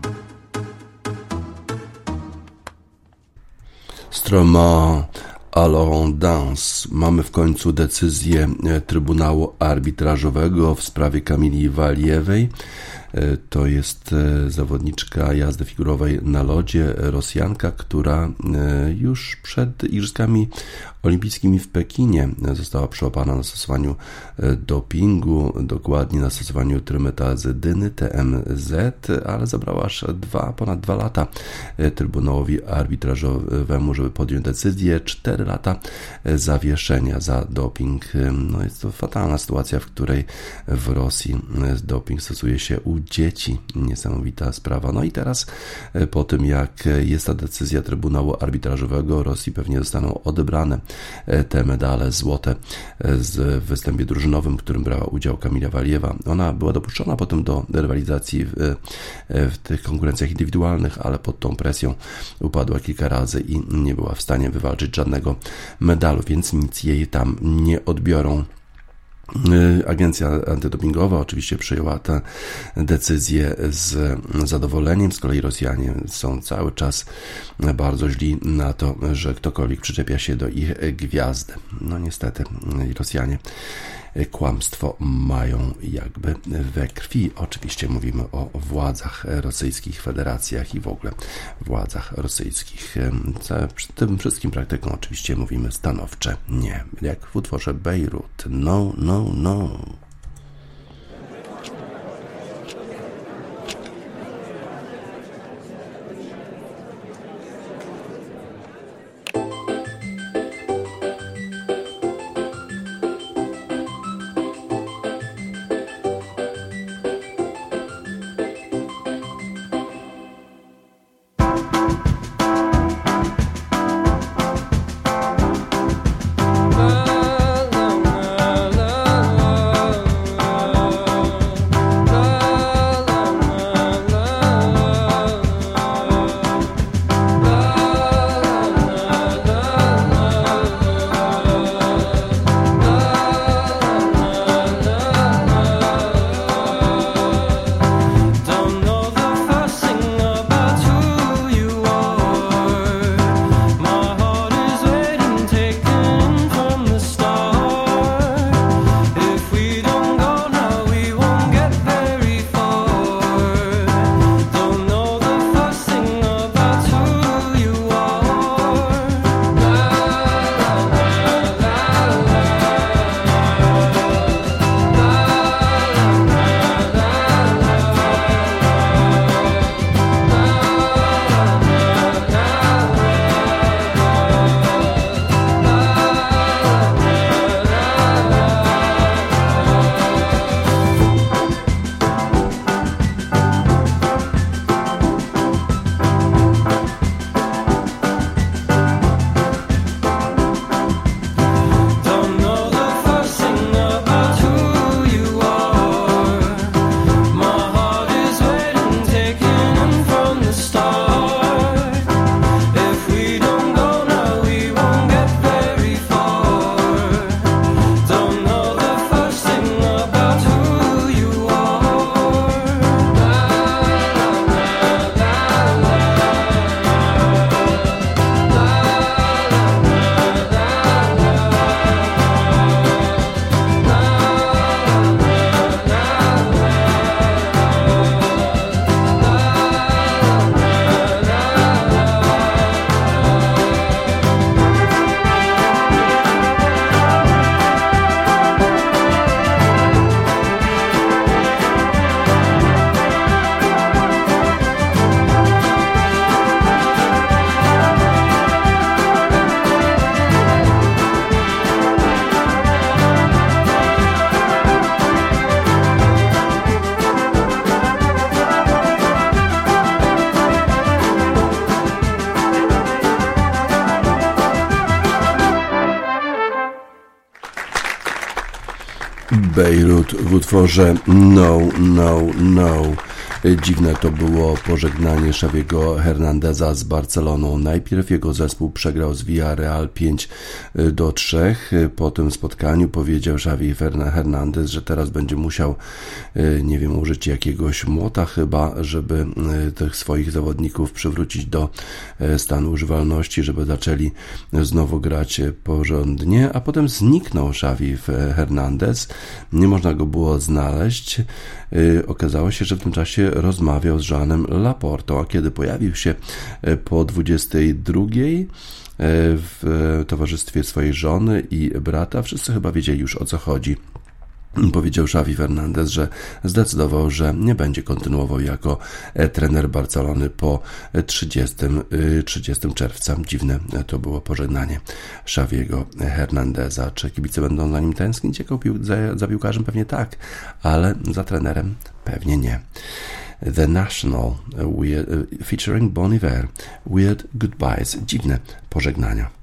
Stroma alors on danse. Mamy w końcu decyzję Trybunału Arbitrażowego w sprawie Kamili Waliewej. To jest zawodniczka jazdy figurowej na lodzie, Rosjanka, która już przed Igrzyskami olimpijskimi w Pekinie została przyłapana na stosowaniu dopingu, dokładnie na stosowaniu trymetazydyny TMZ, ale zabrała aż ponad 2 lata Trybunałowi Arbitrażowemu, żeby podjąć decyzję. 4 lata zawieszenia za doping. No jest to fatalna sytuacja, w której w Rosji doping stosuje się u dzieci. Niesamowita sprawa. No i teraz po tym, jak jest ta decyzja Trybunału Arbitrażowego, Rosji pewnie zostaną odebrane te medale złote w występie drużynowym, w którym brała udział Kamila Waliewa. Ona była dopuszczona potem do rywalizacji w tych konkurencjach indywidualnych, ale pod tą presją upadła kilka razy i nie była w stanie wywalczyć żadnego medalu, więc nic jej tam nie odbiorą. Agencja antydopingowa oczywiście przyjęła tę decyzję z zadowoleniem. Z kolei Rosjanie są cały czas bardzo źli na to, że ktokolwiek przyczepia się do ich gwiazdy. No niestety Rosjanie kłamstwo mają jakby we krwi. Oczywiście mówimy o władzach rosyjskich, federacjach i w ogóle władzach rosyjskich. Tym wszystkim praktykom oczywiście mówimy stanowcze nie. Jak w utworze Bejrut. No, no, no. Bejrut w utworze No, No, No. Dziwne to było pożegnanie Xaviego Hernandeza z Barceloną. Najpierw jego zespół przegrał z Villarreal 5-3. Po tym spotkaniu powiedział Xavi Hernandez, że teraz będzie musiał, nie wiem, użyć jakiegoś młota chyba, żeby tych swoich zawodników przywrócić do stanu używalności, żeby zaczęli znowu grać porządnie, a potem zniknął Xavi Hernandez. Nie można go było znaleźć. Okazało się, że w tym czasie sobie rozmawiał z Jeanem Laportą, a kiedy pojawił się po 22 w towarzystwie swojej żony i brata, wszyscy chyba wiedzieli już, o co chodzi. Powiedział Xavi Fernandez, że zdecydował, że nie będzie kontynuował jako trener Barcelony po 30 czerwca. Dziwne to było pożegnanie Xaviego Hernandeza. Czy kibice będą za nim tęsknić jako za piłkarzem? Pewnie tak, ale za trenerem pewnie nie. The National featuring Bon Iver, Weird Goodbyes. Dziwne pożegnania.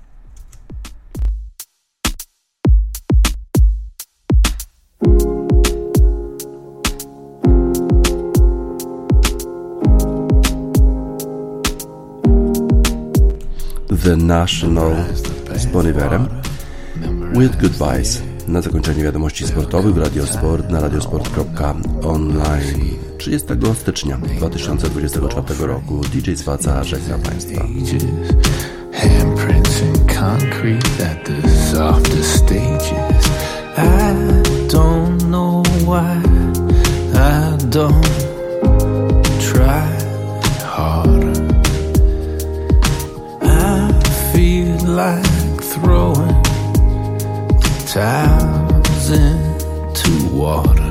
The National z Bon Iverem, Weird Goodbyes. Na zakończenie wiadomości sportowych w Radiosport na radiosport.online. 30 stycznia 2024 roku DJ Swaca żegna Państwa. Handprints in concrete at the softest stages. I don't know why I don't try harder. I feel like throwing towels into water.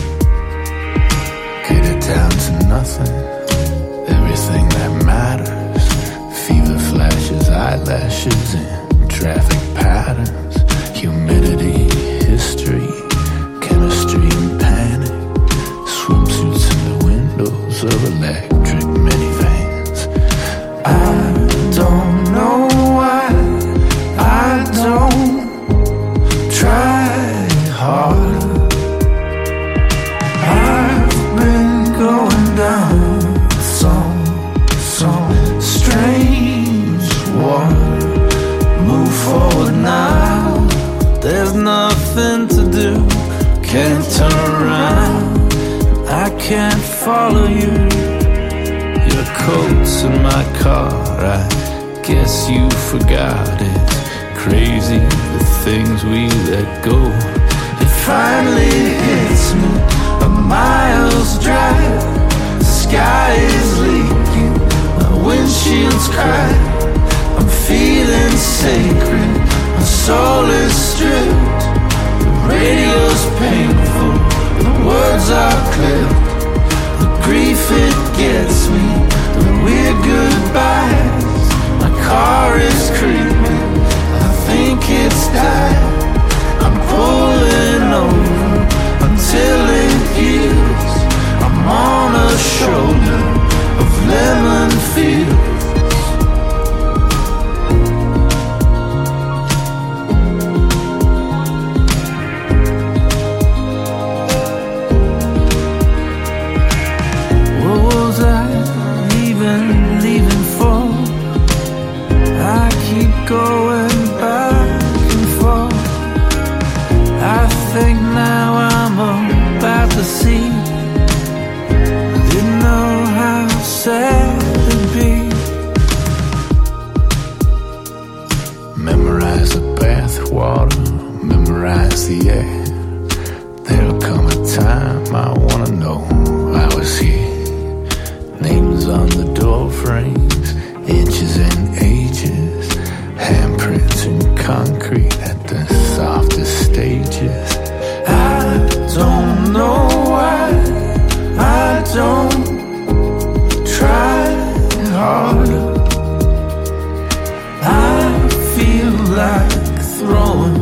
Get it down to nothing, everything that matters. Fever flashes, eyelashes, and traffic patterns. Humidity, history, chemistry, and panic. Swimsuits in the windows of electric minivans. I don't know why I don't try harder. I've been going down some strange water. Move forward now, there's nothing to do. Can't turn around, I can't follow you. Your coat's in my car, I guess you forgot it. Crazy the things we let go. It finally hits me, a mile's drive. The sky is leaking, my windshield's crying. I'm feeling sacred, my soul is stripped. The radio's painful, the words are clipped. The grief it gets me, the weird goodbyes. My car is creeping, I think it's died. I'm pulling over until it heals. I'm on a shoulder of lemon fields. What was I even leaving for? I keep going back and forth. I think now I'm about to see. Didn't know how sad it'd be. Memorize the bathwater, memorize the air. There'll come a time I wanna know I was here. Names on the door frames, inches and ages. Handprints in concrete at the softest stages. I don't know why I don't try harder. I feel like throwing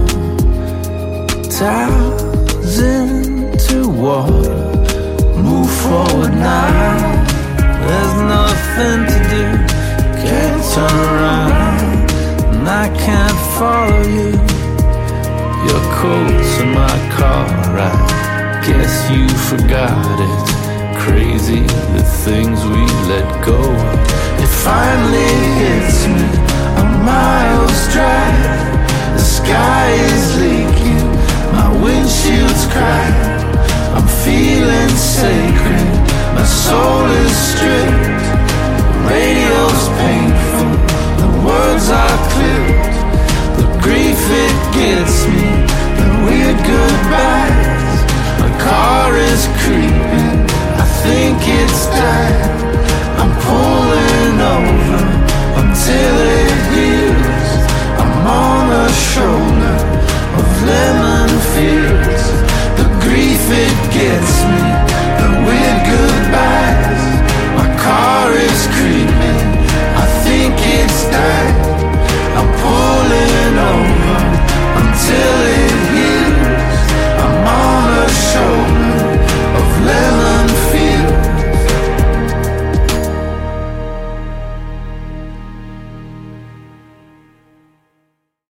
towels into water. Move forward now, there's nothing to do. Can't turn around, and I can't follow you. Your coat's in my car, I guess you forgot it. Crazy the things we let go. It finally hits me, a mile's drive. The sky is leaking, my windshield's crying. I'm feeling sacred, my soul is stripped. The radio's painful, the words are clipped. The grief it gets me,